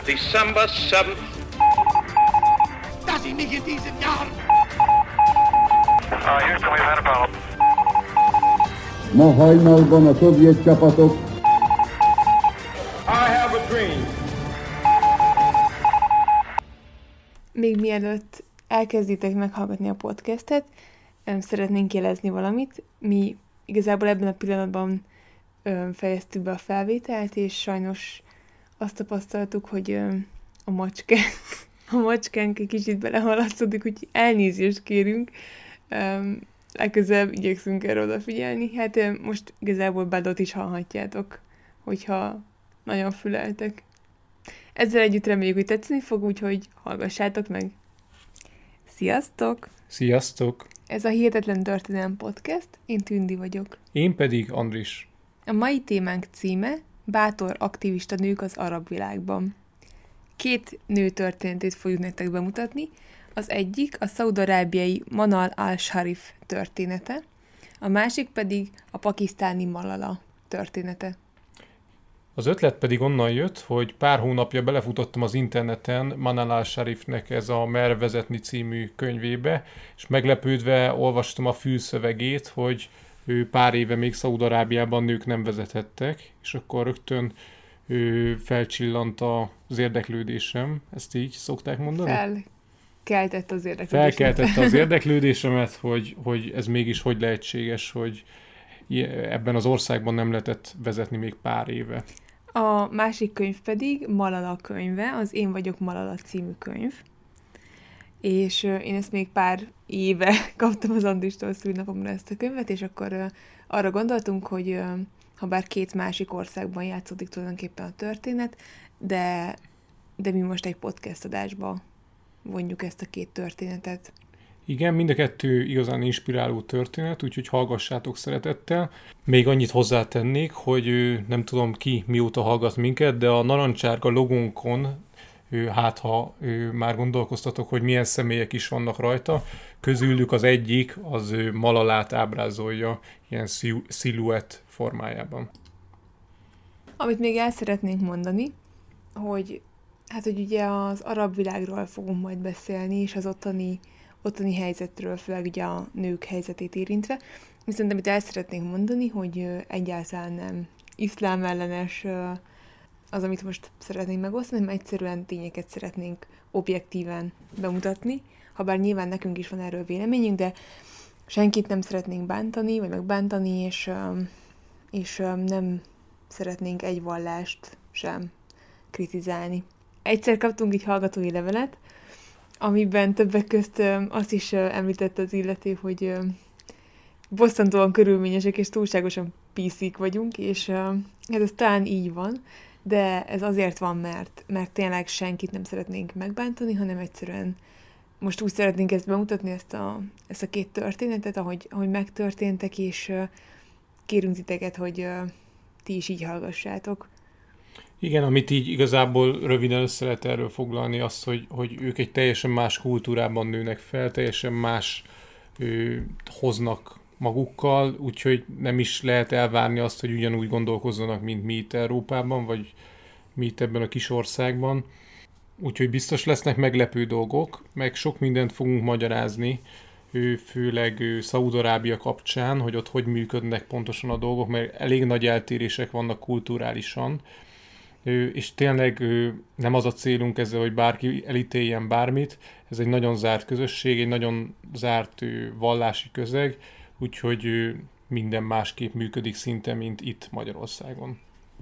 December 7th. Dass ich mich in diesen Jahren... Houston, we've had a problem. Ma hajnalban a szovjet csapatok I have a dream. Még mielőtt elkezditek meghallgatni a podcastet, szeretnénk jelezni valamit. Mi igazából ebben a pillanatban fejeztük be a felvételt, és sajnos azt tapasztaltuk, hogy a macskánk egy kicsit belehaladszódik, úgyhogy elnézést kérünk. Legközelebb igyekszünk erre odafigyelni. Hát most igazából Badot is hallhatjátok, hogyha nagyon füleltek. Ezzel együtt reméljük, hogy tetszeni fog, úgyhogy hallgassátok meg. Sziasztok! Sziasztok! Ez a Hihetetlen Történelem Podcast, én Tündi vagyok. Én pedig Andris. A mai témánk címe Bátor aktivista nők az arab világban. 2 nő történetét fogjuk nektek bemutatni. Az egyik a szaúd-arábiai Manal al-Sharif története, a másik pedig a pakisztáni Malala története. Az ötlet pedig onnan jött, hogy pár hónapja belefutottam az interneten Manal al-Sharifnek ez a Merre vezetni című könyvébe, és meglepődve olvastam a fülszövegét, hogy ő pár éve még Szaúd-Arábiában nők nem vezethettek, és akkor rögtön felcsillant az érdeklődésem. Ezt így szokták mondani? Felkeltette az érdeklődésemet, hogy ez mégis hogy lehetséges, hogy ebben az országban nem lehetett vezetni még pár éve. A másik könyv pedig Malala könyve, az Én vagyok Malala című könyv. És én ezt még pár éve kaptam az Andristól szülinapomra ezt a könyvet, és akkor arra gondoltunk, hogy ha bár 2 másik országban játszódik tulajdonképpen a történet, de mi most egy podcast adásba vonjuk ezt a 2 történetet. Igen, mind a 2 igazán inspiráló történet, úgyhogy hallgassátok szeretettel. Még annyit hozzátennék, hogy nem tudom ki mióta hallgat minket, de a narancsárga logónkon, hát ha már gondolkoztatok, hogy milyen személyek is vannak rajta, közülük az egyik az Malalát ábrázolja ilyen sziluett formájában. Amit még el szeretnénk mondani, hogy ugye az arab világról fogunk majd beszélni, és az ottani helyzetről, főleg ugye a nők helyzetét érintve. Viszont amit el szeretnénk mondani, hogy egyáltalán nem iszlám ellenes az, amit most szeretnénk megosztani, hanem egyszerűen tényeket szeretnénk objektíven bemutatni, habár nyilván nekünk is van erről véleményünk, de senkit nem szeretnénk bántani, vagy megbántani, és nem szeretnénk egy vallást sem kritizálni. Egyszer kaptunk egy hallgatói levelet, amiben többek közt azt is említette az illető, hogy bosszantóan körülményesek és túlságosan PC-k vagyunk, és ez talán így van, de ez azért van, mert tényleg senkit nem szeretnénk megbántani, hanem egyszerűen most úgy szeretnénk ezt bemutatni, ezt a 2 történetet, ahogy megtörténtek, és kérünk titeket, hogy ti is így hallgassátok. Igen, amit így igazából röviden össze lehet erről foglalni, az, hogy ők egy teljesen más kultúrában nőnek fel, teljesen más hoznak magukkal, úgyhogy nem is lehet elvárni azt, hogy ugyanúgy gondolkozzanak, mint mi itt Európában, vagy mi itt ebben a kis országban. Úgyhogy biztos lesznek meglepő dolgok, meg sok mindent fogunk magyarázni, főleg Szaúd-Arábia kapcsán, hogy ott hogy működnek pontosan a dolgok, mert elég nagy eltérések vannak kulturálisan, és tényleg nem az a célunk ezzel, hogy bárki elítéljen bármit, ez egy nagyon zárt közösség, egy nagyon zárt vallási közeg, úgyhogy minden másképp működik szinte, mint itt Magyarországon.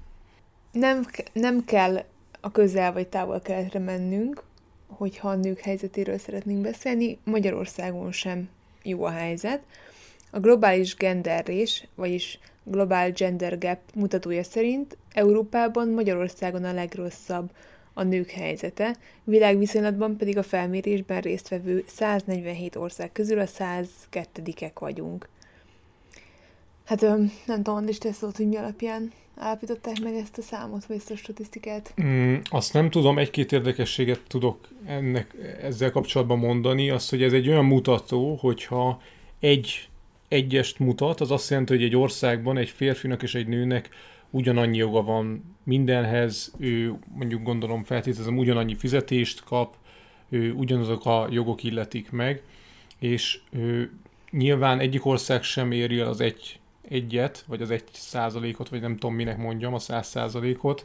Nem kell a közel vagy távol-keletre mennünk, hogyha a nők helyzetéről szeretnénk beszélni, Magyarországon sem jó a helyzet. A globális genderrés, vagyis Global Gender Gap mutatója szerint Európában Magyarországon a legrosszabb a nők helyzete, világviszonylatban pedig a felmérésben résztvevő 147 ország közül a 102-ek vagyunk. Hát nem tudom, Andris, te szólt, hogy mi alapján állapították meg ezt a számot, vagy ezt a statisztikát? Azt nem tudom, 1-2 érdekességet tudok ezzel kapcsolatban mondani, az, hogy ez egy olyan mutató, hogyha egyest mutat, az azt jelenti, hogy egy országban egy férfinak és egy nőnek ugyanannyi joga van mindenhez, ő mondjuk gondolom feltételezem ugyanannyi fizetést kap, ugyanazok a jogok illetik meg, és nyilván egyik ország sem éri el az egyet, vagy az 1%-ot, vagy nem tudom minek mondjam, a 100%-ot.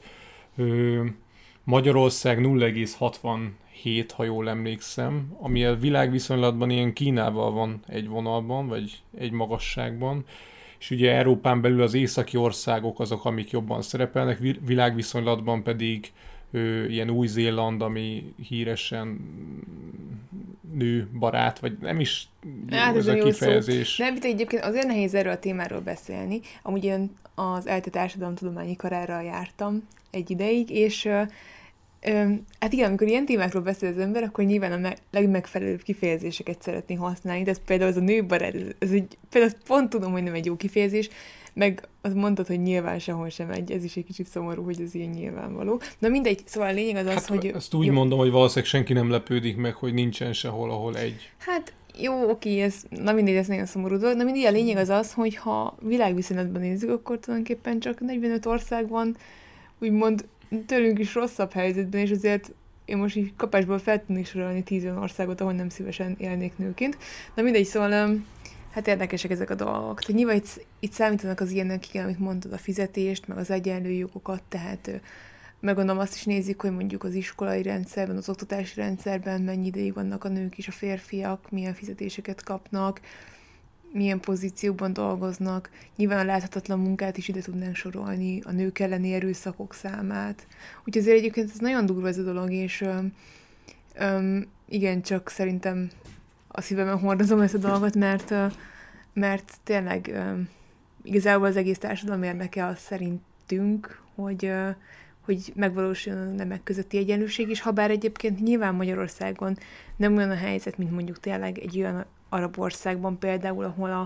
Magyarország 0,67, ha jól emlékszem, ami a világviszonylatban ilyen Kínával van egy vonalban, vagy egy magasságban, és ugye Európán belül az északi országok azok, amik jobban szerepelnek, világviszonylatban pedig ilyen Új-Zéland, ami híresen nőbarát, vagy nem is ez a kifejezés. Nem, egyébként azért nehéz erről a témáról beszélni. Amúgy én az ELTE társadalomtudományi karára jártam egy ideig, és hát igen, amikor ilyen témákról beszél az ember, akkor nyilván a legmegfelelőbb kifejezéseket szeretné használni, de ez például az a nőbarát, például pont tudom, hogy nem egy jó kifejezés, meg azt mondtad, hogy nyilván sehol sem megy, ez is egy kicsit szomorú, hogy ez ilyen nyilvánvaló. Na mindegy, szóval a lényeg az az, hogy... Ezt úgy mondom, hogy valószínűleg senki nem lepődik meg, hogy nincsen sehol, ahol egy. Hát jó, oké, na mindegy, ez nagyon szomorú dolog. Na mindegy, a lényeg az az, hogy ha világviszonylatban nézzük, akkor tulajdonképpen csak 45 ország van, úgymond tőlünk is rosszabb helyzetben, és azért én most így kapásból fel tudnék sorolni 10 olyan országot, ahol nem szívesen élnék nőként. Na mindegy, szóval hát érdekesek ezek a dolgok. Tehát nyilván itt számítanak az ilyenek, igen, amit mondtad, a fizetést, meg az egyenlő jogokat, tehát meg gondolom azt is nézik, hogy mondjuk az iskolai rendszerben, az oktatási rendszerben mennyi ideig vannak a nők és a férfiak, milyen fizetéseket kapnak, milyen pozícióban dolgoznak. Nyilván a láthatatlan munkát is ide tudnánk sorolni, a nők elleni erőszakok számát. Úgyhogy azért egyébként ez nagyon durva ez a dolog, és igen, csak szerintem a szívemben hordozom ezt a dolgot, mert tényleg igazából az egész társadalom érdeke az szerintünk, hogy megvalósuljon a nemek közötti egyenlőség, és habár egyébként nyilván Magyarországon nem olyan a helyzet, mint mondjuk tényleg egy olyan arab országban például,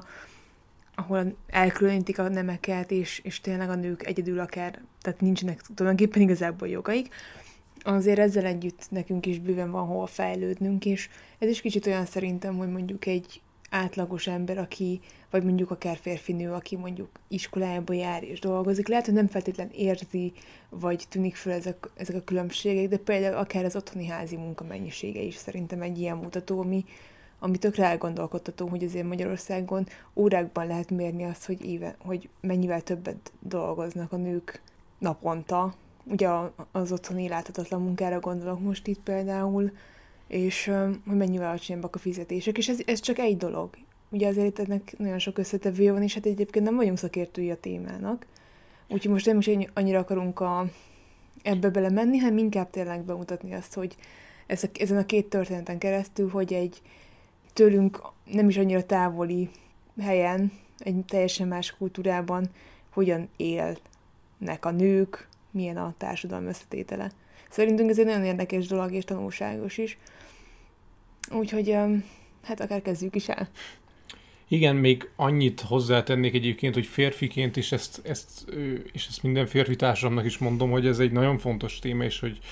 ahol elkülönítik a nemeket, és tényleg a nők egyedül akár, tehát nincsenek tulajdonképpen igazából jogaik, azért ezzel együtt nekünk is bőven van hova fejlődnünk, és ez is kicsit olyan szerintem, hogy mondjuk egy átlagos ember, aki, vagy mondjuk akár férfinő, aki mondjuk iskolájába jár és dolgozik, lehet, hogy nem feltétlen érzi, vagy tűnik fel ezek a különbségek, de például akár az otthoni házi munka mennyisége is szerintem egy ilyen mutató, ami tökre elgondolkodtató, hogy azért Magyarországon órákban lehet mérni azt, hogy mennyivel többet dolgoznak a nők naponta. Ugye az otthoni láthatatlan munkára gondolok most itt például, és hogy mennyivel alacsonyabbak a fizetések, és ez csak egy dolog. Ugye azért ennek nagyon sok összetevője van, és hát egyébként nem vagyunk szakértői a témának, úgyhogy most nem is annyira akarunk ebbe belemenni, hanem inkább tényleg bemutatni azt, hogy ezen a két történeten keresztül, hogy egy tőlünk nem is annyira távoli helyen, egy teljesen más kultúrában hogyan élnek a nők, milyen a társadalom összetétele. Szerintünk ez egy nagyon érdekes dolog és tanulságos is. Úgyhogy hát akár kezdjük is el. Igen, még annyit hozzátennék egyébként, hogy férfiként is ezt minden férfi társadalomnak is mondom, hogy ez egy nagyon fontos téma, és hogy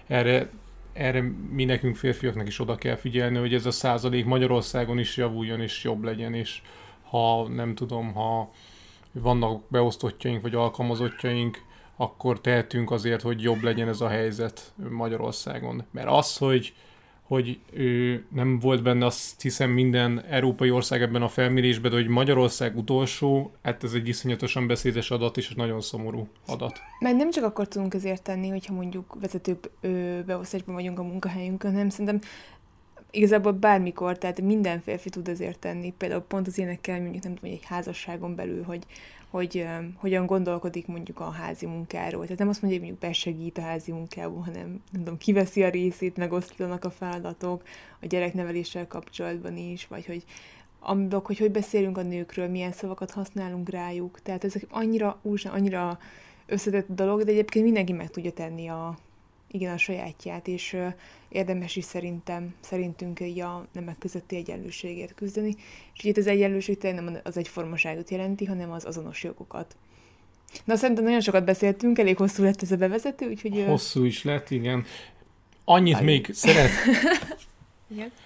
erre mi nekünk férfiaknak is oda kell figyelni, hogy ez a százalék Magyarországon is javuljon és jobb legyen, és ha vannak beosztottjaink vagy alkalmazottjaink, akkor tehetünk azért, hogy jobb legyen ez a helyzet Magyarországon. Mert az, hogy nem volt benne, azt hiszem minden európai ország ebben a felmérésben, de hogy Magyarország utolsó, hát ez egy iszonyatosan beszédes adat, és nagyon szomorú adat. Mert nem csak akkor tudunk ezért tenni, hogyha mondjuk vezető beosztásban vagyunk a munkahelyünkön, hanem szerintem igazából bármikor, tehát minden férfi tud ezért tenni. Például pont az ilyenekkel, mondjuk nem tudom, hogy egy házasságon belül, hogy hogyan gondolkodik mondjuk a házi munkáról. Tehát nem azt mondja, hogy mondjuk besegít a házi munkában, hanem nem tudom, kiveszi a részét, megosztanak a feladatok, a gyerekneveléssel kapcsolatban is, vagy hogy beszélünk a nőkről, milyen szavakat használunk rájuk. Tehát ezek annyira összetett dolog, de egyébként mindenki meg tudja tenni a sajátját, és érdemes is szerintünk így a nemek közötti egyenlőségért küzdeni. És itt az egyenlőség tényleg nem az egyformaságot jelenti, hanem az azonos jogokat. Na, szerintem nagyon sokat beszéltünk, elég hosszú lett ez a bevezető, úgyhogy... Hosszú is lett, igen. Annyit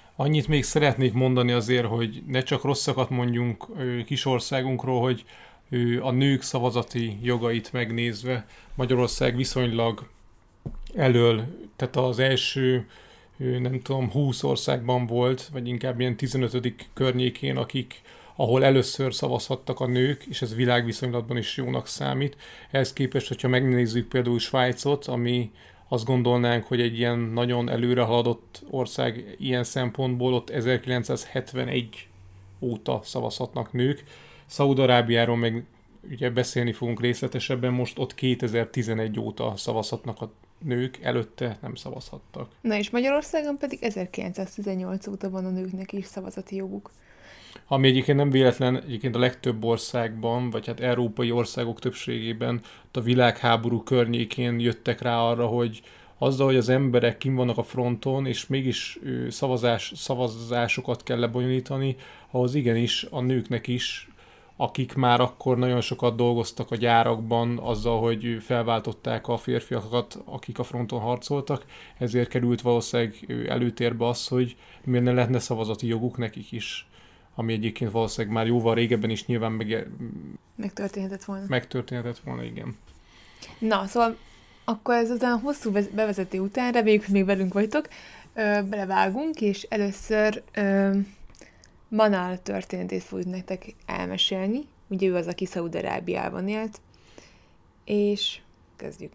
még szeretnék mondani azért, hogy ne csak rosszakat mondjunk kis országunkról, hogy a nők szavazati jogait megnézve Magyarország viszonylag elől, tehát az első, nem tudom, 20 országban volt, vagy inkább ilyen 15. környékén, ahol először szavazhattak a nők, és ez világviszonylatban is jónak számít. Ehhez képest, hogyha megnézzük például Svájcot, ami azt gondolnánk, hogy egy ilyen nagyon előre haladott ország ilyen szempontból, ott 1971 óta szavazhatnak nők. Szaúd-Arábiáról meg ugye beszélni fogunk részletesebben, most ott 2011 óta szavazhatnak a nők, előtte nem szavazhattak. Na és Magyarországon pedig 1918 óta van a nőknek is szavazati joguk. Ami egyébként nem véletlen, egyébként a legtöbb országban, vagy hát európai országok többségében a világháború környékén jöttek rá arra, hogy azzal, hogy az emberek kim vannak a fronton, és mégis szavazásokat kell lebonyolítani, ahhoz igenis a nőknek is, akik már akkor nagyon sokat dolgoztak a gyárakban azzal, hogy felváltották a férfiakat, akik a fronton harcoltak, ezért került valószínűleg előtérbe az, hogy miért ne lehetne szavazati joguk nekik is, ami egyébként valószínűleg már jóval régebben is nyilván megtörténhetett volna, igen. Na, szóval akkor ezután hosszú bevezető után, reméljük, hogy még velünk vagytok, belevágunk, és először Manal történetét fogjuk nektek elmesélni. Ugye ő az, aki Szaúd-Arábiában élt, és kezdjük.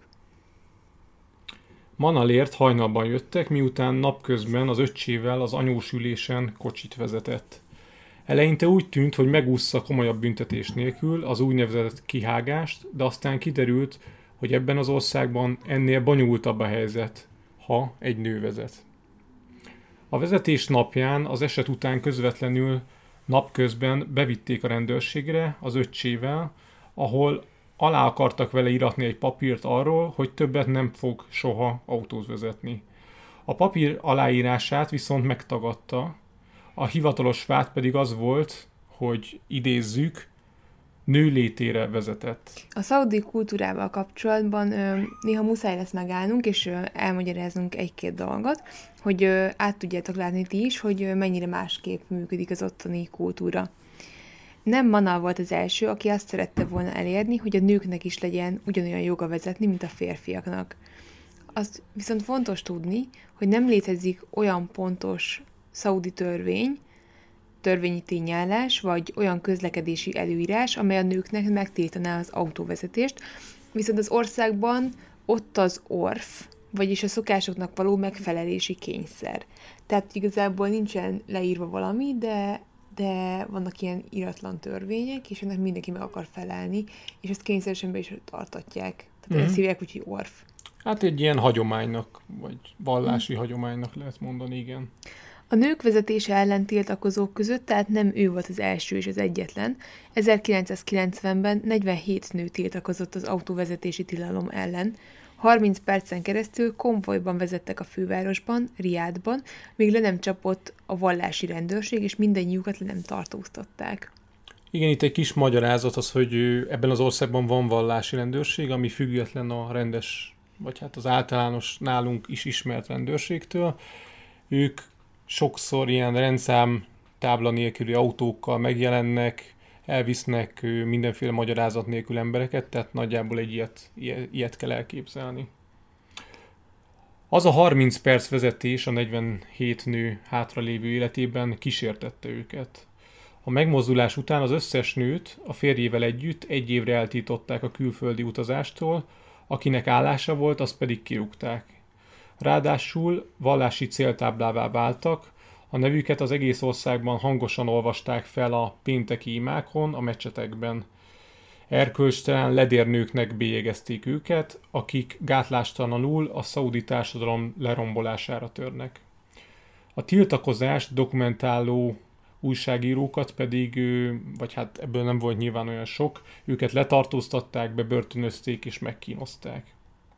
Manalért hajnalban jöttek, miután napközben az öccsével az anyós ülésen kocsit vezetett. Eleinte úgy tűnt, hogy megúszza komolyabb büntetés nélkül az úgynevezett kihágást, de aztán kiderült, hogy ebben az országban ennél bonyolultabb a helyzet, ha egy nő vezet. A vezetés napján az eset után közvetlenül napközben bevitték a rendőrségre az öccsével, ahol alá akartak vele iratni egy papírt arról, hogy többet nem fog soha autót vezetni. A papír aláírását viszont megtagadta, a hivatalos vád pedig az volt, hogy idézzük, nőlétére vezetett. A szaudi kultúrával kapcsolatban néha muszáj lesz megállnunk, és elmagyaráznunk egy-két dolgot, hogy át tudjátok látni ti is, hogy mennyire másképp működik az ottani kultúra. Nem Manal volt az első, aki azt szerette volna elérni, hogy a nőknek is legyen ugyanolyan joga vezetni, mint a férfiaknak. Azt viszont fontos tudni, hogy nem létezik olyan pontos szaudi törvényi tényállás, vagy olyan közlekedési előírás, amely a nőknek megtiltaná az autóvezetést, viszont az országban ott az orf, vagyis a szokásoknak való megfelelési kényszer. Tehát igazából nincsen leírva valami, de vannak ilyen iratlan törvények, és ennek mindenki meg akar felelni, és ezt kényszeresen be is tartatják. Tehát ezt hívják úgy, hogy orf. Hát egy ilyen hagyománynak, vagy vallási hagyománynak lehet mondani, igen. A nők vezetése ellen tiltakozók között, tehát nem ő volt az első és az egyetlen. 1990-ben 47 nő tiltakozott az autóvezetési tilalom ellen. 30 percen keresztül konvojban vezettek a fővárosban, Riádban, míg le nem csapott a vallási rendőrség, és mindennyiukat le nem tartóztatták. Igen, itt egy kis magyarázat az, hogy ebben az országban van vallási rendőrség, ami független a rendes, vagy hát az általános nálunk is ismert rendőrségtől. Ők sokszor ilyen rendszám tábla nélküli autókkal megjelennek, elvisznek mindenféle magyarázat nélkül embereket, tehát nagyjából egy ilyet kell elképzelni. Az a 30 perc vezetés a 47 nő hátralévő életében kísértette őket. A megmozdulás után az összes nőt a férjével együtt 1 évre eltiltották a külföldi utazástól, akinek állása volt, azt pedig kirúgták. Ráadásul vallási céltáblává váltak, a nevüket az egész országban hangosan olvasták fel a pénteki imákon, a mecsetekben. Erkölcstelen ledérnőknek bélyegezték őket, akik gátlástalanul a szaudi társadalom lerombolására törnek. A tiltakozást dokumentáló újságírókat pedig, vagy hát ebből nem volt nyilván olyan sok, őket letartóztatták, bebörtönözték és megkínozták.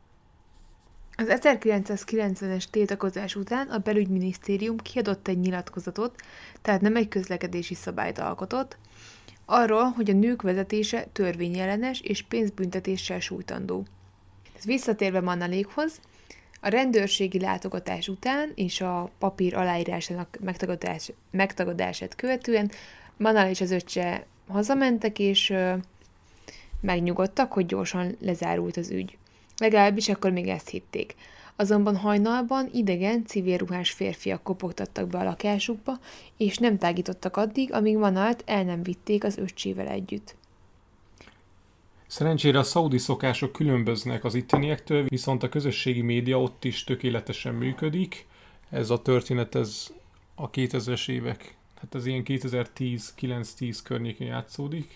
Az 1990-es tiltakozás után a belügyminisztérium kiadott egy nyilatkozatot, tehát nem egy közlekedési szabályt alkotott, arról, hogy a nők vezetése törvényellenes és pénzbüntetéssel sújtandó. Ez visszatérve Manalékhoz, a rendőrségi látogatás után és a papír aláírásának megtagadását követően Manal és az öccse hazamentek, és Megnyugodtak, hogy gyorsan lezárult az ügy. Legalábbis akkor még ezt hitték. Azonban hajnalban idegen, civil ruhás férfiak kopogtattak be a lakásukba, és nem tágítottak addig, amíg Manalt el nem vitték az öccsével együtt. Szerencsére a szaudi szokások különböznek az itteniektől, viszont a közösségi média ott is tökéletesen működik. Ez a történet, ez a 2000-es évek, hát ez ilyen 2010-9-10 környékén játszódik.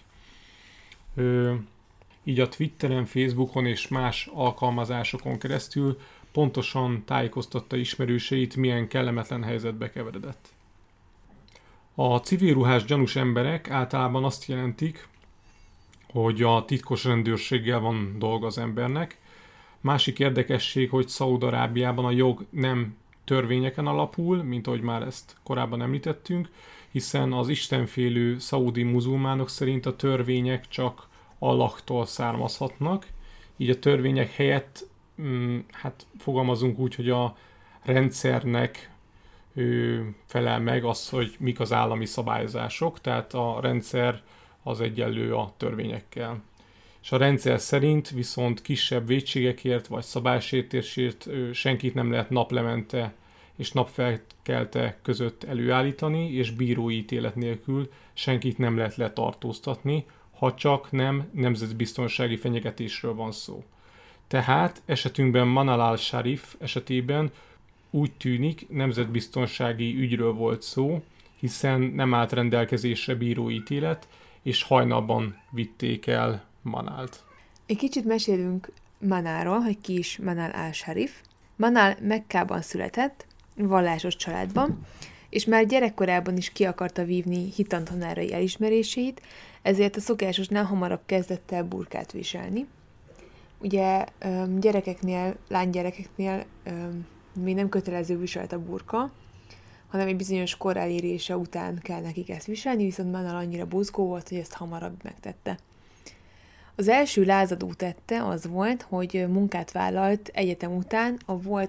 Így a Twitteren, Facebookon és más alkalmazásokon keresztül pontosan tájékoztatta ismerőseit, milyen kellemetlen helyzetbe keveredett. A civil ruhás gyanús emberek általában azt jelentik, hogy a titkos rendőrséggel van dolga az embernek. Másik érdekesség, hogy Szaúd-Arábiában a jog nem törvényeken alapul, mint ahogy már ezt korábban említettünk, hiszen az istenfélő szaudi muzulmánok szerint a törvények csak Allahtól származhatnak, így a törvények helyett hát fogalmazunk úgy, hogy a rendszernek felel meg az, hogy mik az állami szabályozások, tehát a rendszer az egyenlő a törvényekkel. És a rendszer szerint viszont kisebb vétségekért vagy szabálysértésért senkit nem lehet naplemente és napfelkelte között előállítani, és bírói ítélet nélkül senkit nem lehet letartóztatni, ha csak nem nemzetbiztonsági fenyegetésről van szó. Tehát esetünkben Manal al-Sharif esetében úgy tűnik, nemzetbiztonsági ügyről volt szó, hiszen nem állt rendelkezésre bírói ítélet, és hajnalban vitték el Manalt. Egy kicsit mesélünk Manalról, hogy ki is Manal al-Sharif. Manal Mekkában született, vallásos családban, és már gyerekkorában is ki akarta vívni hitantanárai elismerését, ezért a szokásosnál hamarabb kezdett el burkát viselni. Ugye lánygyerekeknél még nem kötelező viselet a burka, hanem egy bizonyos kor elérése után kell nekik ezt viselni, viszont Manal annyira buzgó volt, hogy ezt hamarabb megtette. Az első lázadó tette az volt, hogy munkát vállalt egyetem után a volt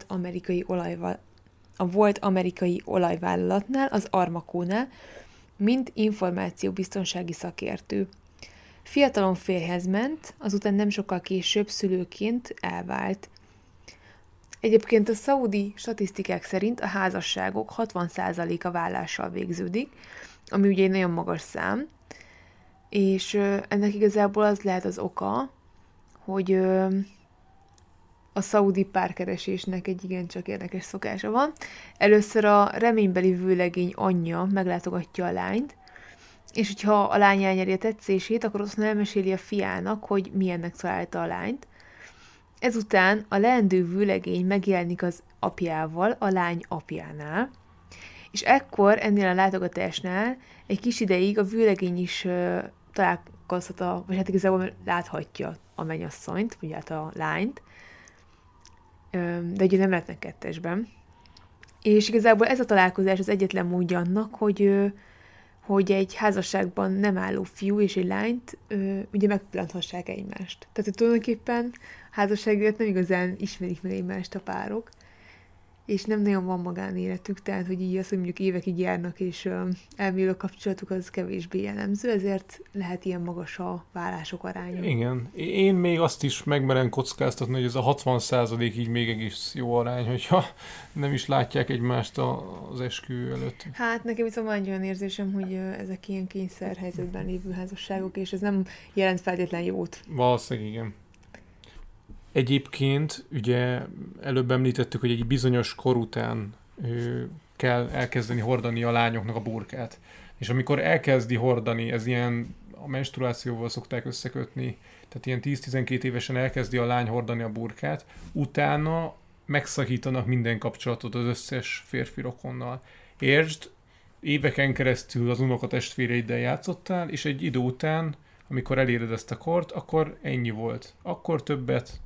amerikai olajvállalatnál, az Armacónál, mint információbiztonsági szakértő. Fiatalon férjhez ment, azután nem sokkal később szülőként elvált. Egyébként a szaudi statisztikák szerint a házasságok 60%-a vállással végződik, ami ugye egy nagyon magas szám, és ennek igazából az lehet az oka, hogy a szaudi párkeresésnek egy igencsak érdekes szokása van. Először a reménybeli vőlegény anyja meglátogatja a lányt, és hogyha a lány elnyeri a tetszését, akkor otthon elmeséli a fiának, hogy milyennek találta a lányt. Ezután a leendő vőlegény megjelenik az apjával, a lány apjánál, és ekkor ennél a látogatásnál egy kis ideig a vőlegény is találkozhat, vagy hát igazából láthatja a mennyasszonyt, vagy hát a lányt, de ugye nem lehetnek kettesben. És igazából ez a találkozás az egyetlen módja annak, hogy egy házasságban nem álló fiú és egy lányt ugye megpillanthassák egymást. Tehát tulajdonképpen házasságért nem igazán ismerik meg egymást a párok, és nem nagyon van magánéletük, tehát hogy így az, hogy mondjuk évekig járnak, és elmélyül a kapcsolatuk, az kevésbé jellemző, ezért lehet ilyen magas a vállások aránya. Igen. Én még azt is megmerem kockáztatni, hogy ez a 60% így még egész jó arány, hogyha nem is látják egymást az eskü előtt. Hát nekem viszont van egy olyan érzésem, hogy ezek ilyen kényszerhelyzetben lévő házasságok, és ez nem jelent feltétlen jót. Valószínűleg igen. Egyébként, ugye előbb említettük, hogy egy bizonyos kor után kell elkezdeni hordani a lányoknak a burkát. És amikor elkezdi hordani, ez ilyen a menstruációval szokták összekötni, tehát ilyen 10-12 évesen elkezdi a lány hordani a burkát, utána megszakítanak minden kapcsolatot az összes férfi rokonnal. Értsd, éveken keresztül az unokatestvéreiddel játszottál, és egy idő után, amikor eléred ezt a kort, akkor ennyi volt. Akkor többet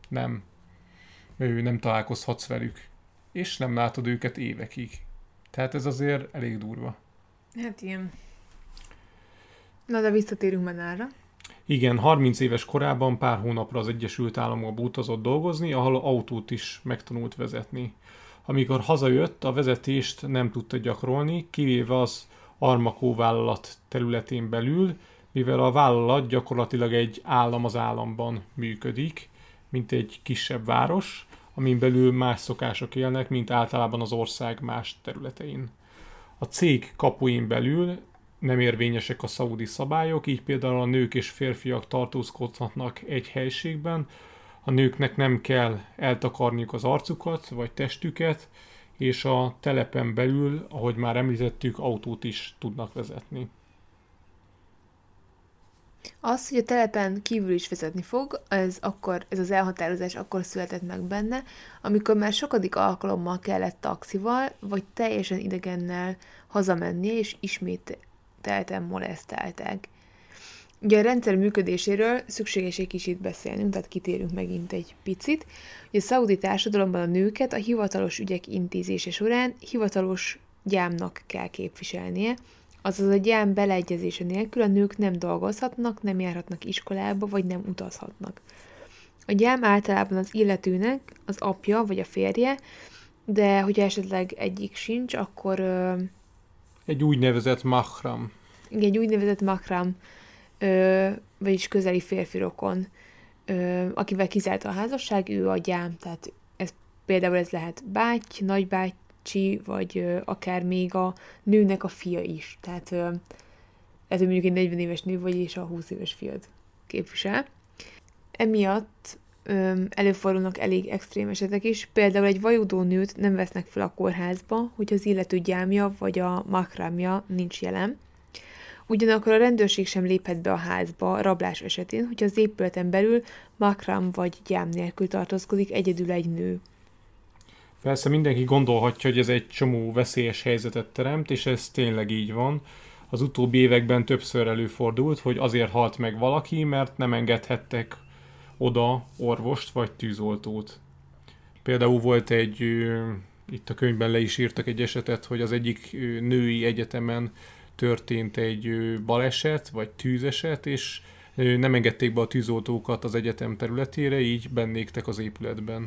nem találkozhatsz velük. És nem látod őket évekig. Tehát ez azért elég durva. Hát ilyen. Na, de visszatérünk Manalra. Igen, 30 éves korában pár hónapra az Egyesült Államokba utazott dolgozni, ahol autót is megtanult vezetni. Amikor hazajött, a vezetést nem tudta gyakorolni, kivéve az Armacó vállalat területén belül, mivel a vállalat gyakorlatilag egy állam az államban működik, mint egy kisebb város, amin belül más szokások élnek, mint általában az ország más területein. A cég kapuin belül nem érvényesek a szaudi szabályok, így például a nők és férfiak tartózkodhatnak egy helységben, a nőknek nem kell eltakarniuk az arcukat vagy testüket, és a telepen belül, ahogy már említettük, autót is tudnak vezetni. Az, hogy a telepen kívül is vezetni fog, ez az elhatározás akkor született meg benne, amikor már sokadik alkalommal kellett taxival, vagy teljesen idegennel hazamennie, és ismételten molesztálták. Ugye a rendszer működéséről szükséges egy kicsit beszélnünk, tehát kitérünk megint egy picit. Ugye a szaudi társadalomban a nőket a hivatalos ügyek intézése során hivatalos gyámnak kell képviselnie, azaz a gyám beleegyezése nélkül a nők nem dolgozhatnak, nem járhatnak iskolába, vagy nem utazhatnak. A gyám általában az illetőnek az apja vagy a férje, de hogyha esetleg egyik sincs, akkor... Egy úgynevezett mahram. Igen, egy úgynevezett mahram, vagyis közeli férfi rokon, akivel kizárt a házasság, ő a gyám, tehát például ez lehet báty, nagybácsi, vagy akár még a nőnek a fia is. Tehát ez mondjuk egy 40 éves nő vagy, és a 20 éves fiad képvisel. Emiatt előfordulnak elég extrém esetek is. Például egy vajudó nőt nem vesznek fel a kórházba, hogy az illető gyámja vagy a mahramja nincs jelen. Ugyanakkor a rendőrség sem léphet be a házba rablás esetén, hogyha az épületen belül mahram vagy gyám nélkül tartózkodik egyedül egy nő. Persze mindenki gondolhatja, hogy ez egy csomó veszélyes helyzetet teremt, és ez tényleg így van. Az utóbbi években többször előfordult, hogy azért halt meg valaki, mert nem engedhettek oda orvost vagy tűzoltót. Például volt itt a könyvben le is írtak egy esetet, hogy az egyik női egyetemen történt egy baleset, vagy tűzeset, és nem engedték be a tűzoltókat az egyetem területére, így bennégtek az épületben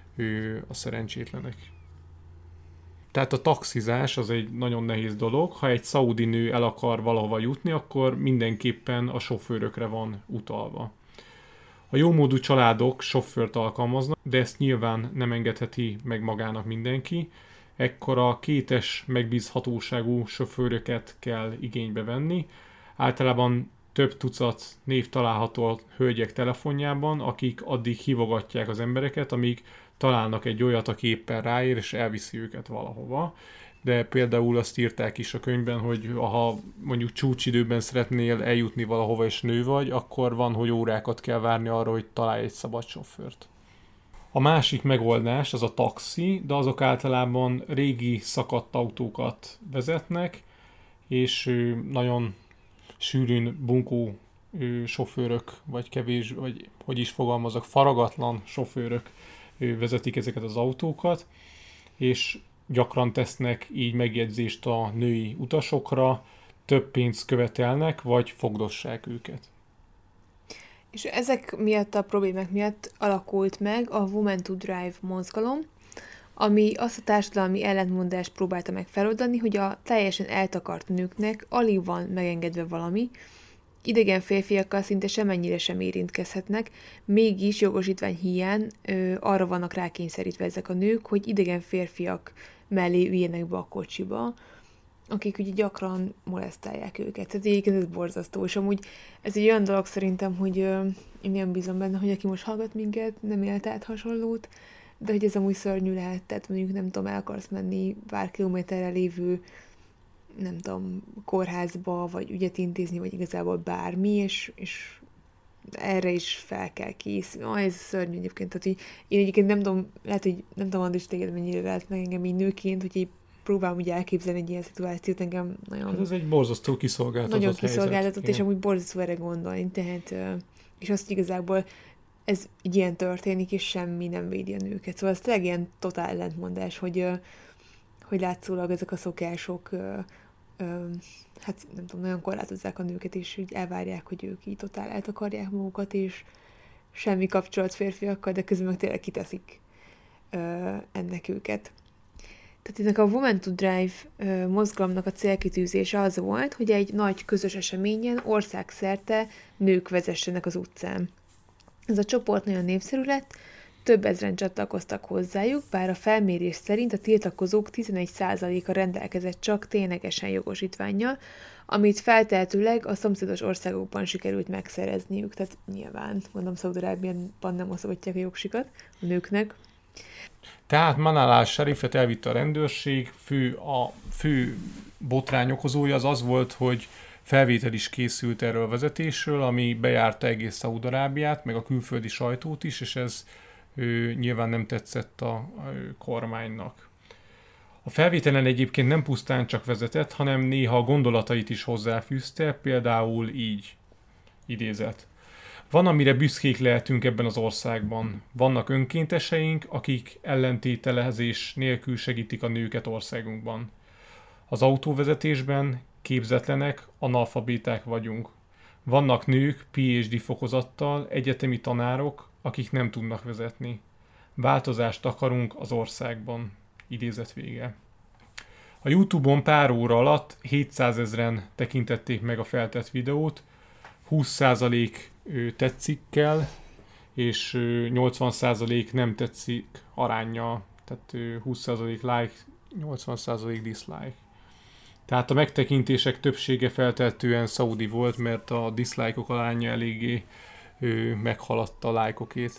a szerencsétlenek. Tehát a taxizás az egy nagyon nehéz dolog. Ha egy szaudi nő el akar valahova jutni, akkor mindenképpen a sofőrökre van utalva. A jómódú családok sofőrt alkalmaznak, de ezt nyilván nem engedheti meg magának mindenki. Ekkor a kétes megbízhatóságú sofőröket kell igénybe venni. Általában több tucat név található a hölgyek telefonjában, akik addig hívogatják az embereket, amíg találnak egy olyat, aki éppen ráér, és elviszi őket valahova. De például azt írták is a könyvben, hogy ha mondjuk csúcsidőben szeretnél eljutni valahova, és nő vagy, akkor van, hogy órákat kell várni arra, hogy találj egy szabad sofőrt. A másik megoldás az a taxi, de azok általában régi szakadt autókat vezetnek, és nagyon sűrűn bunkó sofőrök, vagy kevés, vagy hogy is fogalmazok, faragatlan sofőrök vezetik ezeket az autókat, és gyakran tesznek így megjegyzést a női utasokra, több pénzt követelnek, vagy fogdossák őket. És ezek miatt a problémák miatt alakult meg a Women to Drive mozgalom, ami azt a társadalmi ellentmondást próbálta meg feloldani, hogy a teljesen eltakart nőknek alig van megengedve valami, idegen férfiakkal szinte semennyire sem érintkezhetnek, mégis jogosítvány hiány arra vannak rákényszerítve ezek a nők, hogy idegen férfiak mellé üljenek be a kocsiba, akik ugye gyakran molesztálják őket. Tehát egyébként ez borzasztó, és amúgy ez egy olyan dolog szerintem, hogy én nem bízom benne, hogy aki most hallgat minket, nem élt át hasonlót, de hogy ez amúgy szörnyű lehet, tehát mondjuk nem tudom, el akarsz menni pár kilométerre lévő, nem tudom, kórházba, vagy ügyet intézni, vagy igazából bármi, és erre is fel kell készülni. Ez szörnyű egyébként, tehát hogy én egyébként nem tudom, lehet, hogy nem tudom, Andris, téged mennyire lehet meg engem így nőként, hogy így próbálom ugye elképzelni egy ilyen szituációt, engem nagyon... Ez egy borzasztó kiszolgáltatott nagyon helyzet. kiszolgáltatott, és amúgy borzasztó erre gondolni, tehát, és azt igazából ez így ilyen történik, és semmi nem védi a nőket. Szóval ez tényleg ilyen totál ellentmondás, hogy látszólag ezek a szokások hát nem tudom, nagyon korlátozzák a nőket, és így elvárják, hogy ők így totál eltakarják magukat, és semmi kapcsolat férfiakkal, de közben meg tényleg kiteszik ennek őket. Tehát ennek a Women to Drive mozgalomnak a célkitűzése az volt, hogy egy nagy közös eseményen országszerte nők vezessenek az utcán. Ez a csoport nagyon népszerű lett, több ezren csatlakoztak hozzájuk, bár a felmérés szerint a tiltakozók 11%-a rendelkezett csak ténylegesen jogosítvánnyal, amit feltehetőleg a szomszédos országokban sikerült megszerezniük. Tehát nyilván, mondom, Szaúd-Arábiában nem osztogatják a jogsikat a nőknek. Tehát Manal al-Sharifet elvitte a rendőrség, a fő botrány okozója az volt, hogy felvétel is készült erről a vezetésről, ami bejárta egész Szaúd-Arábiát, meg a külföldi sajtót is, és ez nyilván nem tetszett a kormánynak. A felvételen egyébként nem pusztán csak vezetett, hanem néha a gondolatait is hozzáfűzte, például így, idézet. Van, amire büszkék lehetünk ebben az országban. Vannak önkénteseink, akik ellentételezés nélkül segítik a nőket országunkban. Az autóvezetésben képzetlenek, analfabéták vagyunk. Vannak nők PhD fokozattal, egyetemi tanárok, akik nem tudnak vezetni. Változást akarunk az országban. Idézet vége. A YouTube-on pár óra alatt 700 000-en tekintették meg a feltett videót, 20% tetszikkel, és 80% nem tetszik aránnyal, tehát 20% like, 80% dislike. Tehát a megtekintések többsége feltehetően szaudi volt, mert a dislike-ok aránya eléggé meghaladta a like-okét.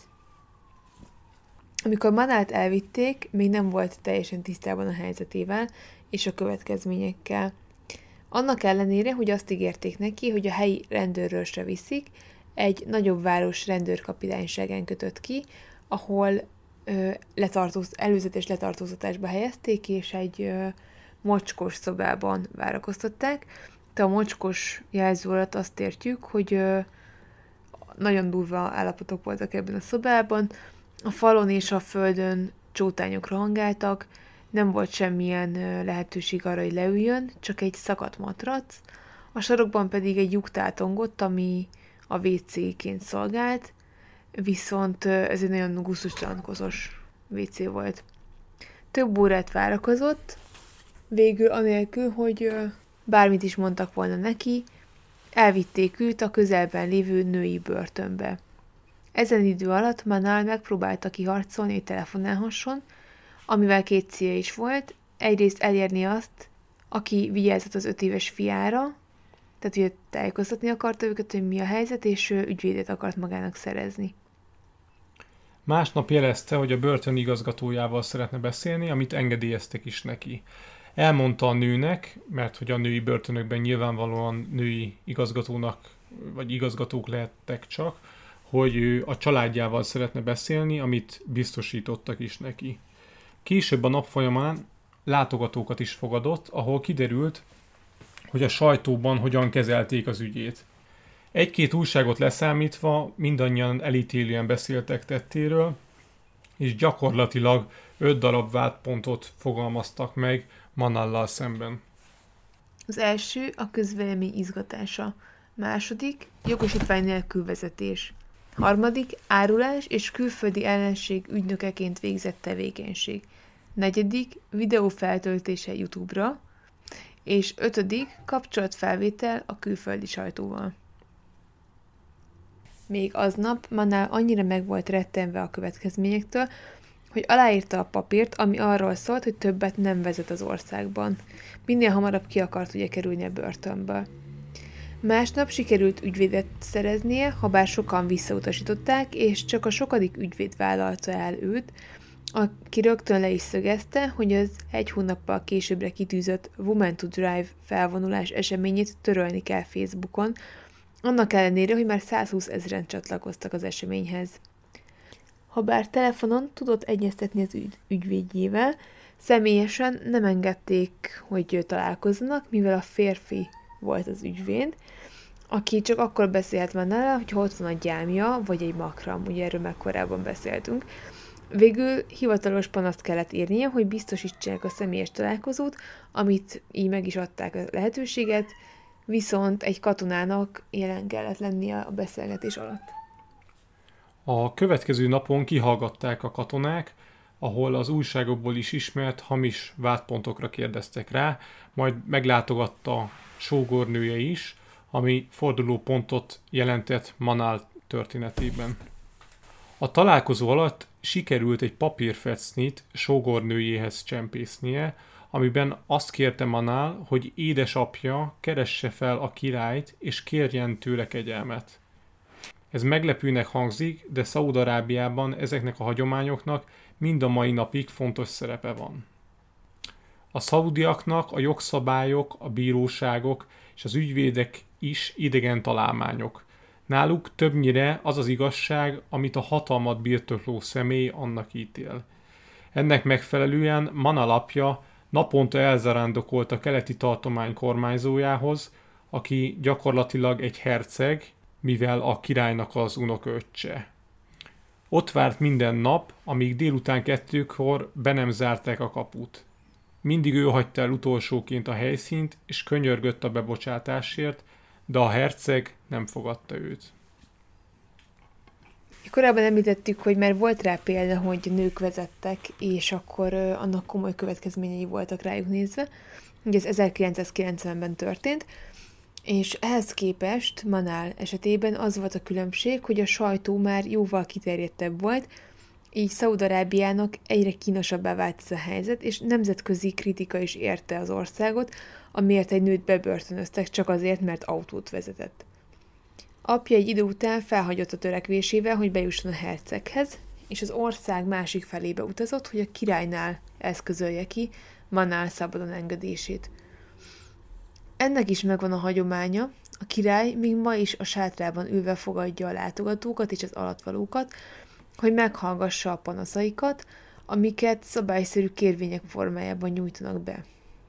Amikor Manalt elvitték, még nem volt teljesen tisztában a helyzetével és a következményekkel. Annak ellenére, hogy azt ígérték neki, hogy a helyi rendőrőrsre viszik, egy nagyobb város rendőrkapitányságán kötött ki, ahol előzetes letartóztatásba helyezték, és egy mocskos szobában várakoztatták. De a mocskos jelző alatt azt értjük, hogy nagyon durva állapotok voltak ebben a szobában. A falon és a földön csótányok rohangáltak, nem volt semmilyen lehetőség arra, hogy leüljön, csak egy szakadt matrac, a sarokban pedig egy lyuk tátongott, ami a WC-ként szolgált, viszont ez egy nagyon gusztustalan koszos WC volt. Több órát várakozott, végül anélkül, hogy bármit is mondtak volna neki, elvitték őt a közelben lévő női börtönbe. Ezen idő alatt Manal megpróbálta kiharcolni, hogy telefonálhasson, amivel két célja is volt. Egyrészt elérni azt, aki vigyázott az 5 éves fiára, tehát ugye tájékoztatni akarta őket, hogy mi a helyzet, és ügyvédet akart magának szerezni. Másnap jelezte, hogy a börtön igazgatójával szeretne beszélni, amit engedélyeztek is neki. Elmondta a nőnek, mert hogy a női börtönökben nyilvánvalóan női igazgatónak, vagy igazgatók lehettek csak, hogy ő a családjával szeretne beszélni, amit biztosítottak is neki. Később a nap folyamán látogatókat is fogadott, ahol kiderült, hogy a sajtóban hogyan kezelték az ügyét. Egy-két újságot leszámítva mindannyian elítélően beszéltek tettéről, és gyakorlatilag 5 darab vádpontot fogalmaztak meg Manallal szemben. Az első a közvélemény izgatása. Második, jogosítvány nélkül vezetés. Harmadik, árulás és külföldi ellenség ügynökeként végzett tevékenység. Negyedik, videó feltöltése YouTube-ra. És ötödik, kapcsolatfelvétel a külföldi sajtóval. Még aznap Manal annyira meg volt rettenve a következményektől, hogy aláírta a papírt, ami arról szólt, hogy többet nem vezet az országban. Minél hamarabb ki akart ugye kerülni a börtönből. Másnap sikerült ügyvédet szereznie, habár sokan visszautasították, és csak a sokadik ügyvéd vállalta el őt, aki rögtön le is szögezte, hogy az egy hónappal későbbre kitűzött Women to Drive felvonulás eseményét törölni kell Facebookon, annak ellenére, hogy már 120 000-en csatlakoztak az eseményhez. Habár telefonon tudott egyeztetni az ügyvédjével, személyesen nem engedték, hogy találkozzanak, mivel a férfi volt az ügyvéd, aki csak akkor beszélhet Manal, hogy ott van a gyámja, vagy egy makram, ugye erről már korábban beszéltünk. Végül hivatalos panaszt kellett írnia, hogy biztosítsák a személyes találkozót, amit így meg is adták a lehetőséget, viszont egy katonának jelen kellett lennie a beszélgetés alatt. A következő napon kihallgatták a katonák, ahol az újságokból is ismert hamis vádpontokra kérdeztek rá, majd meglátogatta sógornője is, ami fordulópontot jelentett Manal történetében. A találkozó alatt sikerült egy papírfecnit sógornőjéhez csempésznie, amiben azt kérte Manal, hogy édesapja keresse fel a királyt és kérjen tőle kegyelmet. Ez meglepőnek hangzik, de Szaúd-Arábiában ezeknek a hagyományoknak mind a mai napig fontos szerepe van. A szaudiaknak a jogszabályok, a bíróságok és az ügyvédek is idegen találmányok. Náluk többnyire az az igazság, amit a hatalmat birtokló személy annak ítél. Ennek megfelelően Manal apja naponta elzarándokolt a keleti tartomány kormányzójához, aki gyakorlatilag egy herceg, mivel a királynak az unokaöccse. Ott várt minden nap, amíg délután 2-kor be nem zárták a kaput. Mindig ő hagyta el utolsóként a helyszínt, és könyörgött a bebocsátásért, de a herceg nem fogadta őt. Korábban említettük, hogy már volt rá példa, hogy nők vezettek, és akkor annak komoly következményei voltak rájuk nézve. Ugye ez 1990-ben történt, és ehhez képest Manal esetében az volt a különbség, hogy a sajtó már jóval kiterjedtebb volt, így Szaúd-Arábiának egyre kínosabbá vált ez a helyzet, és nemzetközi kritika is érte az országot, amiért egy nőt bebörtönöztek csak azért, mert autót vezetett. Apja egy idő után felhagyott a törekvésével, hogy bejusson a herceghez, és az ország másik felébe utazott, hogy a királynál eszközölje ki Manal szabadon engedését. Ennek is megvan a hagyománya, a király még ma is a sátrában ülve fogadja a látogatókat és az alattvalókat, hogy meghallgassa a panaszaikat, amiket szabályszerű kérvények formájában nyújtanak be.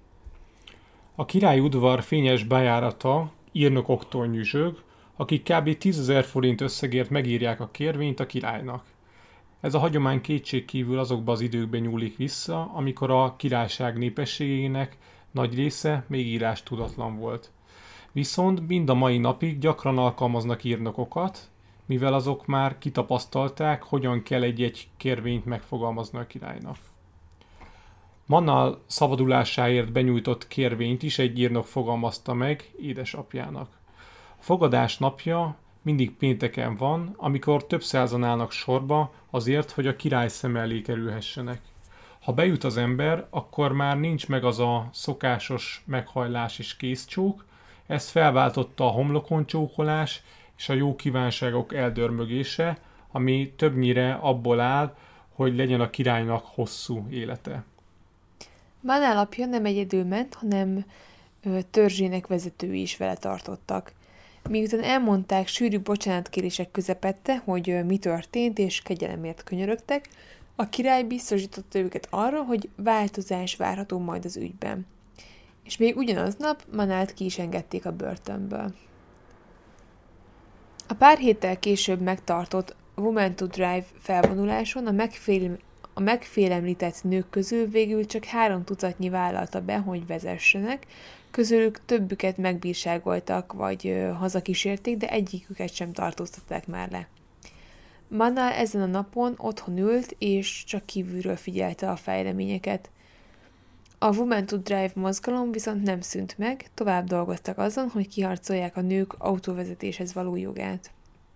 A király udvar fényes bejárata írnokoktól nyüzsög, akik kb. 10 000 forint összegért megírják a kérvényt a királynak. Ez a hagyomány kétségkívül azokba az időkben nyúlik vissza, amikor a királyság népességének nagy része még írástudatlan volt. Viszont mind a mai napig gyakran alkalmaznak írnokokat, mivel azok már kitapasztalták, hogyan kell egy-egy kérvényt megfogalmazni a királynak. Manal szabadulásáért benyújtott kérvényt is egy írnok fogalmazta meg édesapjának. A fogadás napja mindig pénteken van, amikor több százan állnak sorba azért, hogy a király szem elé kerülhessenek. Ha bejut az ember, akkor már nincs meg az a szokásos meghajlás és kézcsók, ezt felváltotta a homlokon csókolás és a jó kívánságok eldörmögése, ami többnyire abból áll, hogy legyen a királynak hosszú élete. Manal apja nem egyedül ment, hanem törzsének vezetői is vele tartottak. Miután elmondták sűrű bocsánatkérések közepette, hogy mi történt és kegyelemért könyörögtek, a király biztosította őket arra, hogy változás várható majd az ügyben. És még ugyanaznap Manalt ki is engedték a börtönből. A pár héttel később megtartott Women to Drive felvonuláson a megfélemlített nők közül végül csak 3 tucatnyi vállalta be, hogy vezessenek, közülük többüket megbírságoltak vagy hazakísérték, de egyiküket sem tartóztatták már le. Manal ezen a napon otthon ült, és csak kívülről figyelte a fejleményeket. A Women to Drive mozgalom viszont nem szűnt meg, tovább dolgoztak azon, hogy kiharcolják a nők autóvezetéshez való jogát.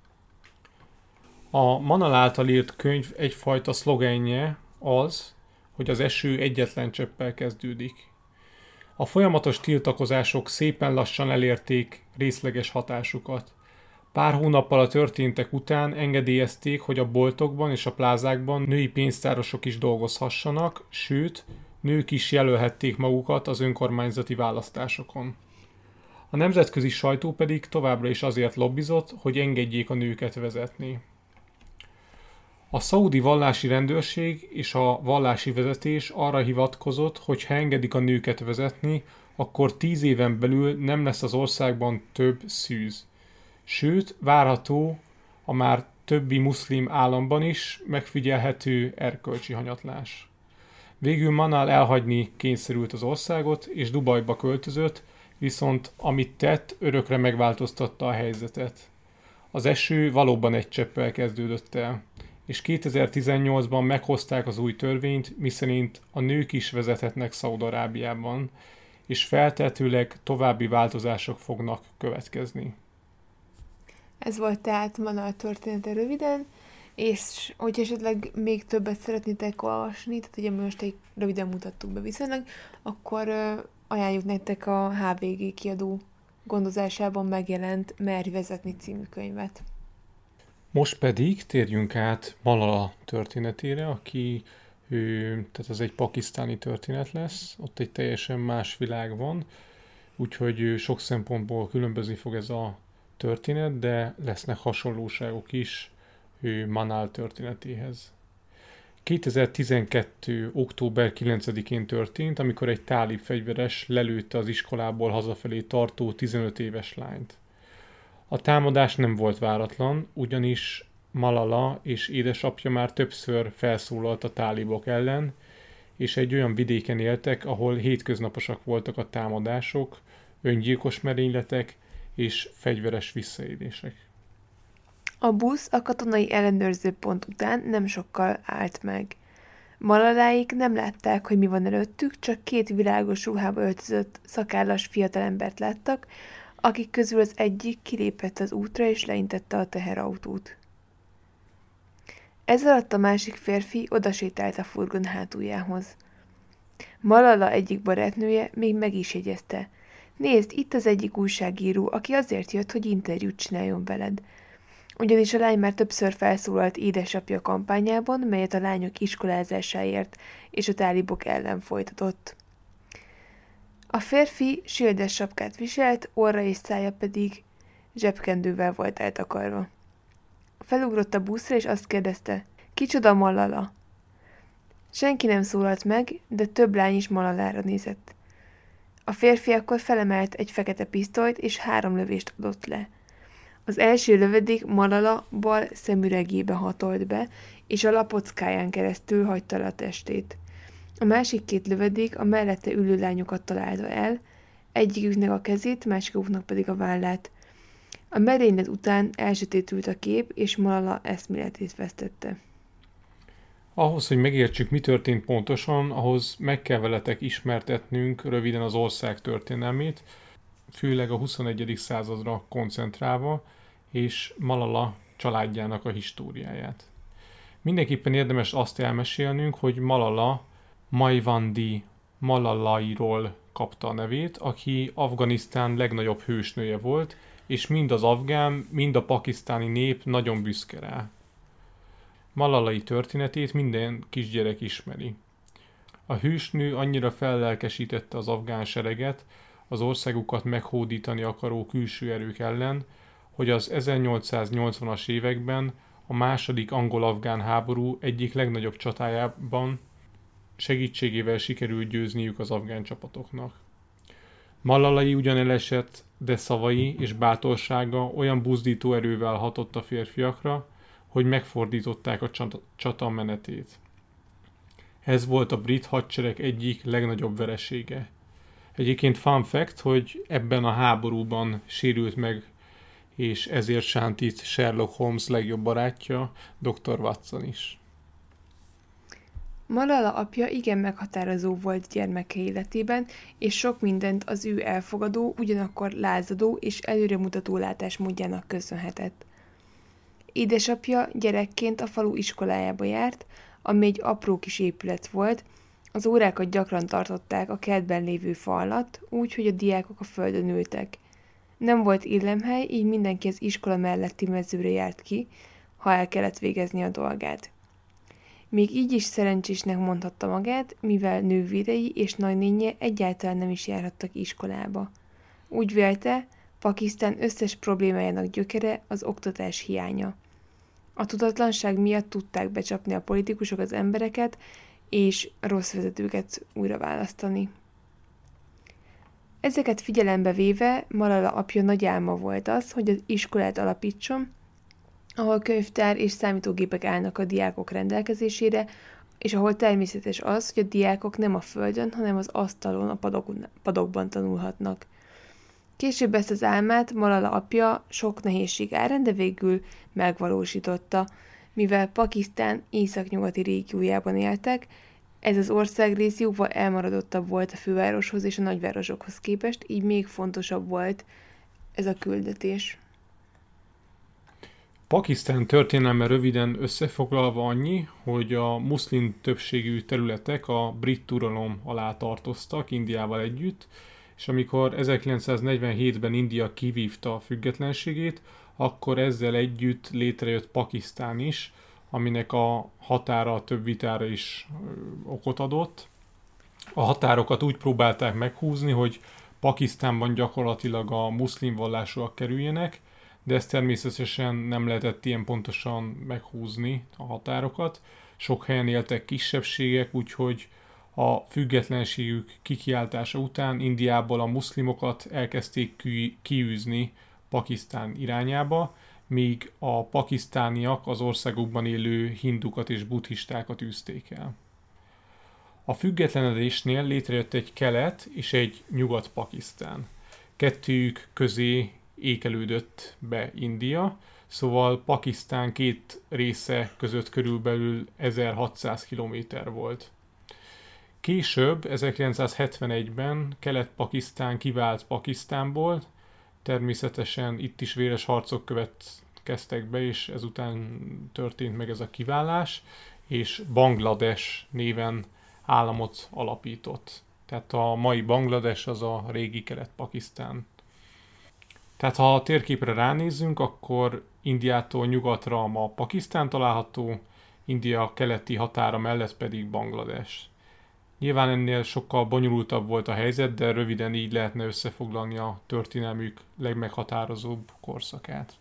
A Manal által írt könyv egyfajta szlogenje az, hogy az eső egyetlen cseppel kezdődik. A folyamatos tiltakozások szépen lassan elérték részleges hatásukat. Pár hónappal a történtek után engedélyezték, hogy a boltokban és a plázákban női pénztárosok is dolgozhassanak, sőt, nők is jelölhették magukat az önkormányzati választásokon. A nemzetközi sajtó pedig továbbra is azért lobbizott, hogy engedjék a nőket vezetni. A szaúdi vallási rendőrség és a vallási vezetés arra hivatkozott, hogy ha engedik a nőket vezetni, akkor 10 éven belül nem lesz az országban több szűz. Sőt, várható a már többi muszlim államban is megfigyelhető erkölcsi hanyatlás. Végül Manal elhagyni kényszerült az országot, és Dubajba költözött, viszont amit tett, örökre megváltoztatta a helyzetet. Az eső valóban egy cseppel kezdődött el, és 2018-ban meghozták az új törvényt, miszerint a nők is vezethetnek Szaúd-Arábiában, és feltehetőleg további változások fognak következni. Ez volt tehát Manal története röviden, és hogy esetleg még többet szeretnétek olvasni, tehát ugye most egy röviden mutattuk be viszonylag, akkor ajánljuk nektek a HVG kiadó gondozásában megjelent Merj vezetni című könyvet. Most pedig térjünk át Malala történetére, tehát ez egy pakisztáni történet lesz, ott egy teljesen más világ van, úgyhogy sok szempontból különbözni fog ez a történet, de lesznek hasonlóságok is Manal történetéhez. 2012. október 9-én történt, amikor egy tálib fegyveres lelőtte az iskolából hazafelé tartó 15 éves lányt. A támadás nem volt váratlan, ugyanis Malala és édesapja már többször felszólalt a tálibok ellen, és egy olyan vidéken éltek, ahol hétköznaposak voltak a támadások, öngyilkos merényletek és fegyveres visszaélések. A busz a katonai ellenőrző pont után nem sokkal állt meg. Malaláik nem látták, hogy mi van előttük, csak két világos ruhába öltözött, szakállas fiatalembert láttak, akik közül az egyik kilépett az útra és leintette a teherautót. Ez alatt a másik férfi odasétált a furgon hátuljához. Malala egyik barátnője még meg is jegyezte. Nézd, itt az egyik újságíró, aki azért jött, hogy interjút csináljon veled. Ugyanis a lány már többször felszólalt édesapja kampányában, melyet a lányok iskolázásáért és a tálibok ellen folytatott. A férfi süllyedett sapkát viselt, orra és szája pedig zsebkendővel volt eltakarva. Felugrott a buszra, és azt kérdezte, kicsoda Malala? Senki nem szólalt meg, de több lány is Malalára nézett. A férfi akkor felemelt egy fekete pisztolyt, és 3 lövést adott le. Az első lövedék Malala bal szemüregébe hatolt be, és a lapockáján keresztül hagyta le a testét. A másik 2 lövedék a mellette ülő lányokat találta el, egyiküknek a kezét, másikuknak pedig a vállát. A merénylet után elsötétült a kép, és Malala eszméletét vesztette. Ahhoz, hogy megértsük, mi történt pontosan, ahhoz meg kell veletek ismertetnünk röviden az ország történelmét, főleg a 21. századra koncentrálva, és Malala családjának a históriáját. Mindenképpen érdemes azt elmesélnünk, hogy Malala Maiwandi Malalairól kapta a nevét, aki Afganisztán legnagyobb hősnője volt, és mind az afgán, mind a pakisztáni nép nagyon büszke rá. Malalai történetét minden kisgyerek ismeri. A hősnő annyira fellelkesítette az afgán sereget, az országukat meghódítani akaró külső erők ellen, hogy az 1880-as években a második angol-afgán háború egyik legnagyobb csatájában segítségével sikerült győzniük az afgán csapatoknak. Malalai ugyan elesett, de szavai és bátorsága olyan buzdító erővel hatott a férfiakra, hogy megfordították a csata menetét. Ez volt a brit hadsereg egyik legnagyobb veresége. Egyébként fun fact, hogy ebben a háborúban sérült meg, és ezért sántít Sherlock Holmes legjobb barátja, Dr. Watson is. Malala apja igen meghatározó volt gyermeke életében, és sok mindent az ő elfogadó, ugyanakkor lázadó és előremutató látásmódjának köszönhetett. Édesapja gyerekként a falu iskolájába járt, ami egy apró kis épület volt, az órákat gyakran tartották a kertben lévő fa alatt, úgy, hogy a diákok a földön ültek. Nem volt illemhely, így mindenki az iskola melletti mezőre járt ki, ha el kellett végezni a dolgát. Még így is szerencsésnek mondhatta magát, mivel nővérei és nagynénje egyáltalán nem is járhattak iskolába. Úgy vélte, Pakisztán összes problémájának gyökere az oktatás hiánya. A tudatlanság miatt tudták becsapni a politikusok az embereket, és rossz vezetőket újra választani. Ezeket figyelembe véve Malala apja nagy álma volt az, hogy az iskolát alapítson, ahol könyvtár és számítógépek állnak a diákok rendelkezésére, és ahol természetes az, hogy a diákok nem a földön, hanem az asztalon, a padokban tanulhatnak. Később ezt az álmát Malala apja sok nehézség árán, de végül megvalósította. mivel Pakisztán északnyugati régiójában éltek, ez az országrész jóval elmaradottabb volt a fővároshoz és a nagyvárosokhoz képest, így még fontosabb volt ez a küldetés. Pakisztán történelme röviden összefoglalva annyi, hogy a muszlim többségű területek a brit uralom alá tartoztak Indiával együtt, és amikor 1947-ben India kivívta a függetlenségét, akkor ezzel együtt létrejött Pakisztán is, aminek a határa több vitára is okot adott. A határokat úgy próbálták meghúzni, hogy Pakisztánban gyakorlatilag a muszlim vallásúak kerüljenek, de ezt természetesen nem lehetett ilyen pontosan meghúzni a határokat. Sok helyen éltek kisebbségek, úgyhogy a függetlenségük kikiáltása után Indiából a muszlimokat elkezdték kiűzni Pakisztán irányába, míg a pakisztániak az országukban élő hindukat és buddhistákat űzték el. A függetlenedésnél létrejött egy kelet és egy nyugat-Pakisztán. Kettőjük közé ékelődött be India, szóval Pakisztán két része között körülbelül 1600 kilométer volt. Később, 1971-ben Kelet-Pakisztán kivált Pakisztánból, természetesen itt is véres harcok következtek be, és ezután történt meg ez a kiválás, és Banglades néven államot alapított. Tehát a mai Banglades az a régi Kelet-Pakisztán. Tehát ha a térképre ránézzünk, akkor Indiától nyugatra ma Pakisztán található, India keleti határa mellett pedig Banglades. Nyilván ennél sokkal bonyolultabb volt a helyzet, de röviden így lehetne összefoglalni a történelmük legmeghatározóbb korszakát.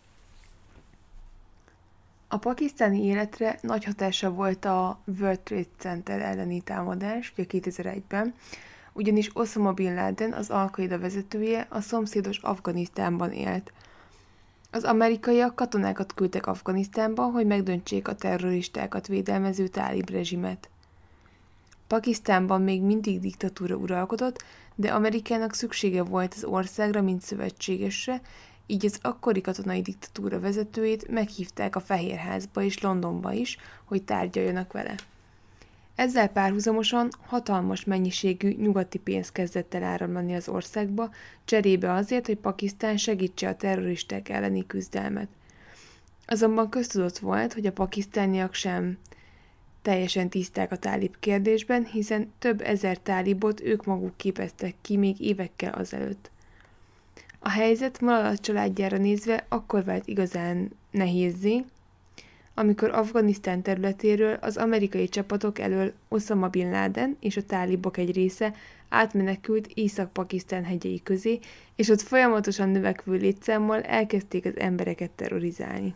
A pakisztáni életre nagy hatása volt a World Trade Center elleni támadás, ugye 2001-ben, ugyanis Osama Bin Laden, az Al-Qaida vezetője, a szomszédos Afganisztánban élt. Az amerikaiak katonákat küldtek Afganisztánba, hogy megdöntsék a terroristákat védelmező tálib rezsimet. Pakisztánban még mindig diktatúra uralkodott, de Amerikának szüksége volt az országra, mint szövetségesre, így az akkori katonai diktatúra vezetőjét meghívták a Fehérházba és Londonba is, hogy tárgyaljanak vele. Ezzel párhuzamosan hatalmas mennyiségű nyugati pénz kezdett el áramlani az országba, cserébe azért, hogy Pakisztán segítse a terroristák elleni küzdelmet. Azonban köztudott volt, hogy a pakisztániak sem teljesen tiszták a tálib kérdésben, hiszen több ezer tálibot ők maguk képeztek ki még évekkel azelőtt. A helyzet Malala családjára nézve akkor vált igazán nehézzé, amikor Afganisztán területéről az amerikai csapatok elől Osama Bin Laden és a tálibok egy része átmenekült Észak-Pakisztán hegyei közé, és ott folyamatosan növekvő létszámmal elkezdték az embereket terrorizálni.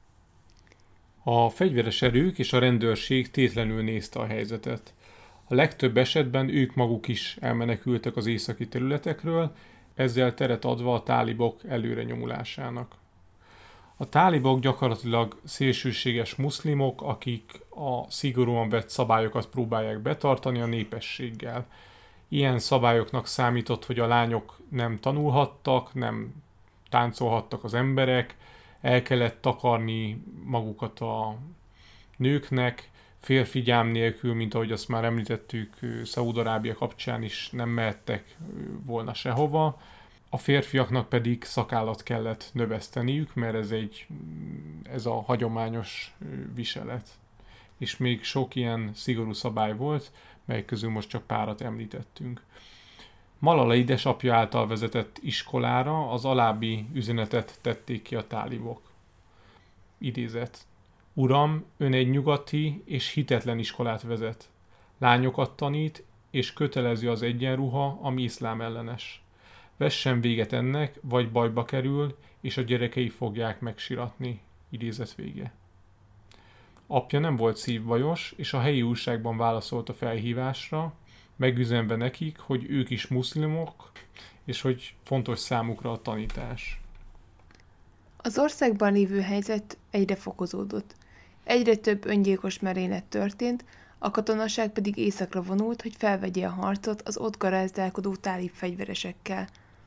A fegyveres erők és a rendőrség tétlenül nézte a helyzetet. A legtöbb esetben ők maguk is elmenekültek az északi területekről, ezzel teret adva a tálibok előre nyomulásának. A tálibok gyakorlatilag szélsőséges muszlimok, akik a szigorúan vett szabályokat próbálják betartani a népességgel. Ilyen szabályoknak számított, hogy a lányok nem tanulhattak, nem táncolhattak az emberek, el kellett takarni magukat a nőknek, férfi gyám nélkül, mint ahogy azt már említettük, Szaúd-Arábia kapcsán is nem mehettek volna sehova. A férfiaknak pedig szakállat kellett növeszteniük, mert ez a hagyományos viselet. És még sok ilyen szigorú szabály volt, mely közül most csak párat említettünk. Malala édesapja által vezetett iskolára az alábbi üzenetet tették ki a tálibok. Idézet. Uram, ön egy nyugati és hitetlen iskolát vezet. Lányokat tanít, és kötelező az egyenruha, ami iszlám ellenes. Vessen véget ennek, vagy bajba kerül, és a gyerekei fogják megsiratni. Idézet vége. Apja nem volt szívbajos, és a helyi újságban válaszolt a felhívásra, megüzenve nekik, hogy ők is muszlimok, és hogy fontos számukra a tanítás. Az országban lévő helyzet egyre fokozódott. Egyre több öngyilkos merénylet történt, a katonaság pedig északra vonult, hogy felvegye a harcot az ott garázdálkodó tálib fegyveresekkel.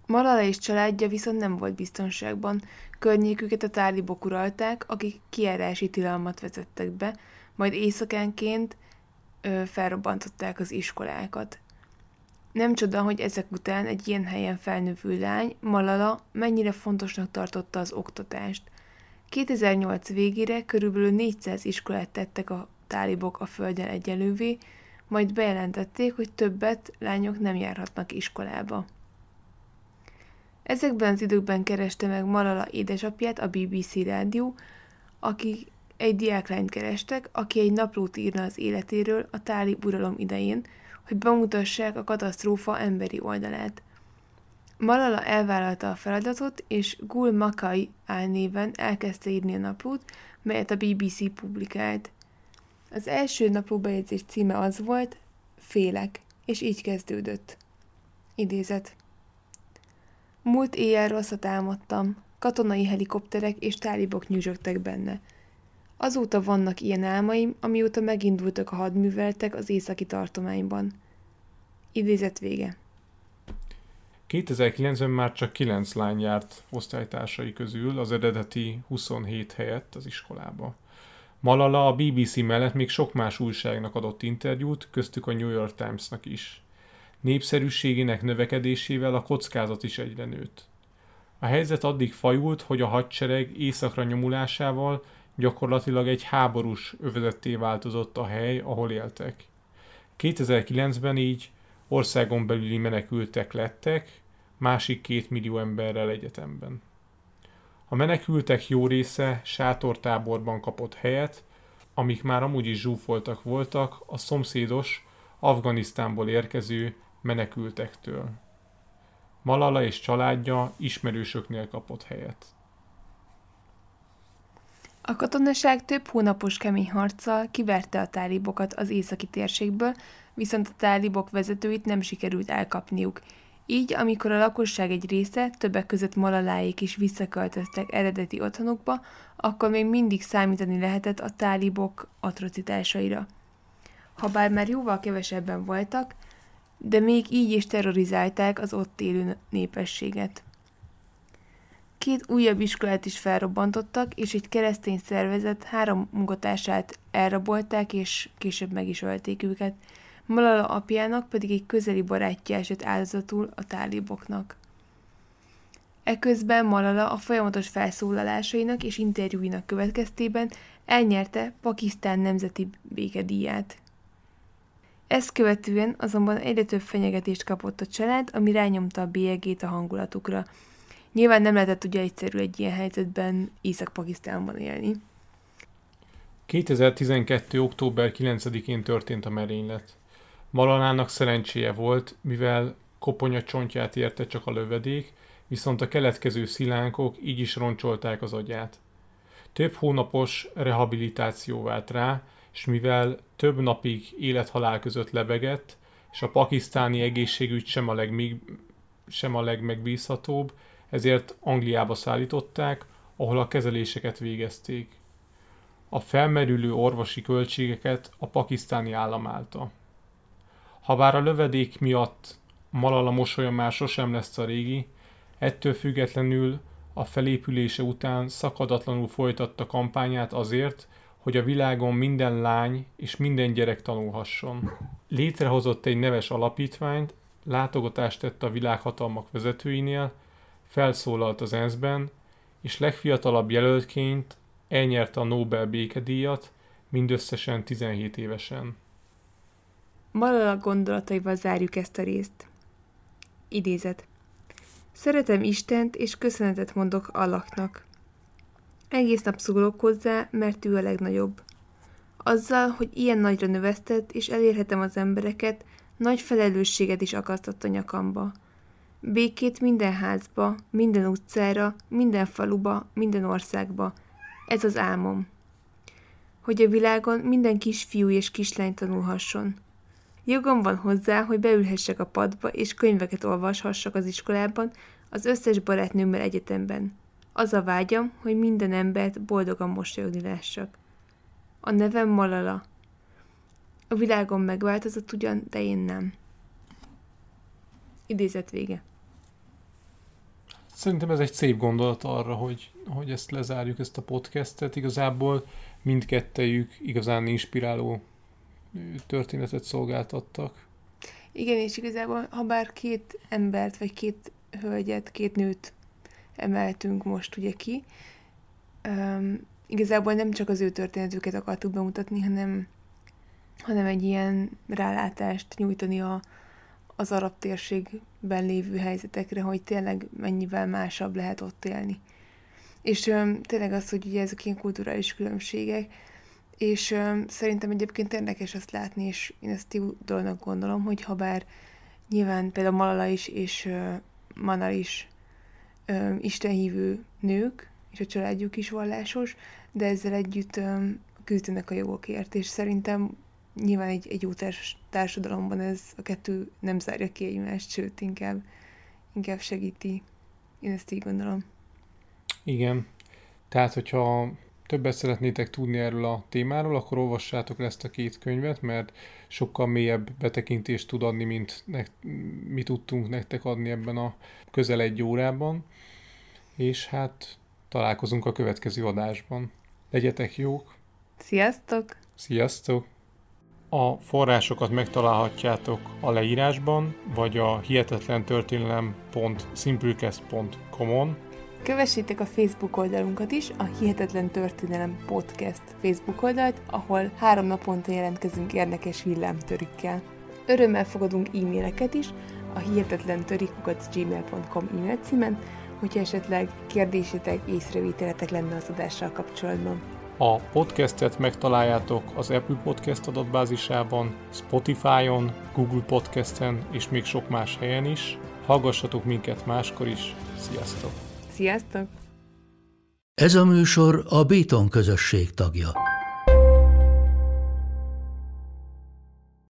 Malala és családja viszont nem volt biztonságban. Környéküket a tálibok uralták, akik kijárási tilalmat vezettek be, majd éjszakánként felrobbantották az iskolákat. Nem csoda, hogy ezek után egy ilyen helyen felnövő lány, Malala, mennyire fontosnak tartotta az oktatást. 2008 végére körülbelül 400 iskolát tettek a tálibok a földön egyelővé, majd bejelentették, hogy többet lányok nem járhatnak iskolába. Ezekben az időkben kereste meg Malala édesapját a BBC rádió, akik egy diáklányt kerestek, aki egy naplót írna az életéről a tálib uralom idején, hogy bemutassák a katasztrófa emberi oldalát. Malala elvállalta a feladatot, és Gul Makai álnéven elkezdte írni a naplót, melyet a BBC publikált. Az első naplóbejegyzés címe az volt, Félek, és így kezdődött. Idézet. Múlt éjjel rosszat álmodtam, katonai helikopterek és tálibok nyüzsögtek benne. Azóta vannak ilyen álmaim, amióta megindultak a hadműveletek az északi tartományban. Idézet vége. 2009-ben már csak 9 lány járt osztálytársai közül az eredeti 27 helyett az iskolába. Malala a BBC mellett még sok más újságnak adott interjút, köztük a New York Timesnak is. Népszerűségének növekedésével a kockázat is egyre nőtt. A helyzet addig fajult, hogy a hadsereg északra nyomulásával gyakorlatilag egy háborús övezetté változott a hely, ahol éltek. 2009-ben így országon belüli menekültek lettek, másik 2 millió emberrel egyetemben. A menekültek jó része sátortáborban kapott helyet, amik már amúgy is zsúfoltak voltak a szomszédos Afganisztánból érkező menekültektől. Malala és családja ismerősöknél kapott helyet. A katonaság több hónapos kemény harccal kiverte a tálibokat az északi térségből, viszont a tálibok vezetőit nem sikerült elkapniuk. Így, amikor a lakosság egy része, többek között Malaláék is visszaköltöztek eredeti otthonukba, akkor még mindig számítani lehetett a tálibok atrocitásaira. Habár már jóval kevesebben voltak, de még így is terrorizálták az ott élő népességet. 2 újabb iskolát is felrobbantottak, és egy keresztény szervezet 3 munkatársát elrabolták, és később meg is ölték őket. Malala apjának pedig egy közeli barátja esett áldozatul a táliboknak. Eközben Malala a folyamatos felszólalásainak és interjúinak következtében elnyerte Pakisztán nemzeti békedíját. Ezt követően azonban egyre több fenyegetést kapott a család, ami rányomta a bélyegét a hangulatukra. Nyilván nem lehetett ugye egyszerű egy ilyen helyzetben Észak-Pakisztánban élni. 2012. október 9-én történt a merénylet. Malalának szerencséje volt, mivel koponya csontját érte csak a lövedék, viszont a keletkező szilánkok így is roncsolták az agyát. Több hónapos rehabilitáció vált rá, és mivel több napig élet-halál között lebegett, és a pakisztáni egészségügy sem a legmegbízhatóbb, ezért Angliába szállították, ahol a kezeléseket végezték. A felmerülő orvosi költségeket a pakisztáni állam állta. Habár a lövedék miatt Malala mosolya már sosem lesz a régi, ettől függetlenül a felépülése után szakadatlanul folytatta kampányát azért, hogy a világon minden lány és minden gyerek tanulhasson. Létrehozott egy neves alapítványt, látogatást tett a világhatalmak vezetőinél, felszólalt az ENSZ-ben, és legfiatalabb jelöltként elnyerte a Nobel békedíjat, mindösszesen 17 évesen. Malala gondolataival zárjuk ezt a részt. Idézet. Szeretem Istent, és köszönetet mondok Allahnak. Egész nap szólok hozzá, mert ő a legnagyobb. Azzal, hogy ilyen nagyra növesztett, és elérhetem az embereket, nagy felelősséget is akasztott a nyakamba. Békét minden házba, minden utcára, minden faluba, minden országba. Ez az álmom. Hogy a világon minden kisfiú és kislány tanulhasson. Jogom van hozzá, hogy beülhessek a padba, és könyveket olvashassak az iskolában, az összes barátnőmmel egyetemben. Az a vágyam, hogy minden embert boldogan mosolyogni lássak. A nevem Malala. A világon megváltozott ugyan, de én nem. Idézet vége. Szerintem ez egy szép gondolat arra, hogy ezt lezárjuk, ezt a podcastet. Igazából mindkettejük igazán inspiráló történetet szolgáltattak. Igen, és igazából, ha bár 2 embert, vagy 2 hölgyet, 2 nőt emeltünk most ugye ki, igazából nem csak az ő történetüket akartuk bemutatni, hanem egy ilyen rálátást nyújtani az arab térségben lévő helyzetekre, hogy tényleg mennyivel másabb lehet ott élni. És tényleg az, hogy ugye ezek ilyen kulturális különbségek, és szerintem egyébként érdekes azt látni, és én ezt jó dolognak gondolom, hogy ha bár nyilván például Malala is, és Manal is istenhívő nők, és a családjuk is vallásos, de ezzel együtt küzdenek a jogokért, és szerintem nyilván egy jó társadalomban ez a 2 nem zárja ki egymást, sőt, inkább segíti. Én ezt így gondolom. Igen. Tehát, hogyha többet szeretnétek tudni erről a témáról, akkor olvassátok le ezt a 2 könyvet, mert sokkal mélyebb betekintést tud adni, mint mi tudtunk nektek adni ebben a közel 1 órában. És hát találkozunk a következő adásban. Legyetek jók! Sziasztok! Sziasztok! A forrásokat megtalálhatjátok a leírásban, vagy a hihetetlentörténelem.simplecast.com-on. Kövessétek a Facebook oldalunkat is, a Hihetetlen Történelem Podcast Facebook oldalt, ahol 3 naponta jelentkezünk érdekes villámtörükkel. Örömmel fogadunk e-maileket is a hihetetlentörik@gmail.com e-mail címen, hogyha esetleg kérdésetek, észrevételetek lenne az adással kapcsolatban. A podcastet megtaláljátok az Apple Podcast adatbázisában, Spotify-on, Google Podcasten és még sok más helyen is. Hallgassatok minket máskor is. Sziasztok! Sziasztok! Ez a műsor a Béton közösség tagja.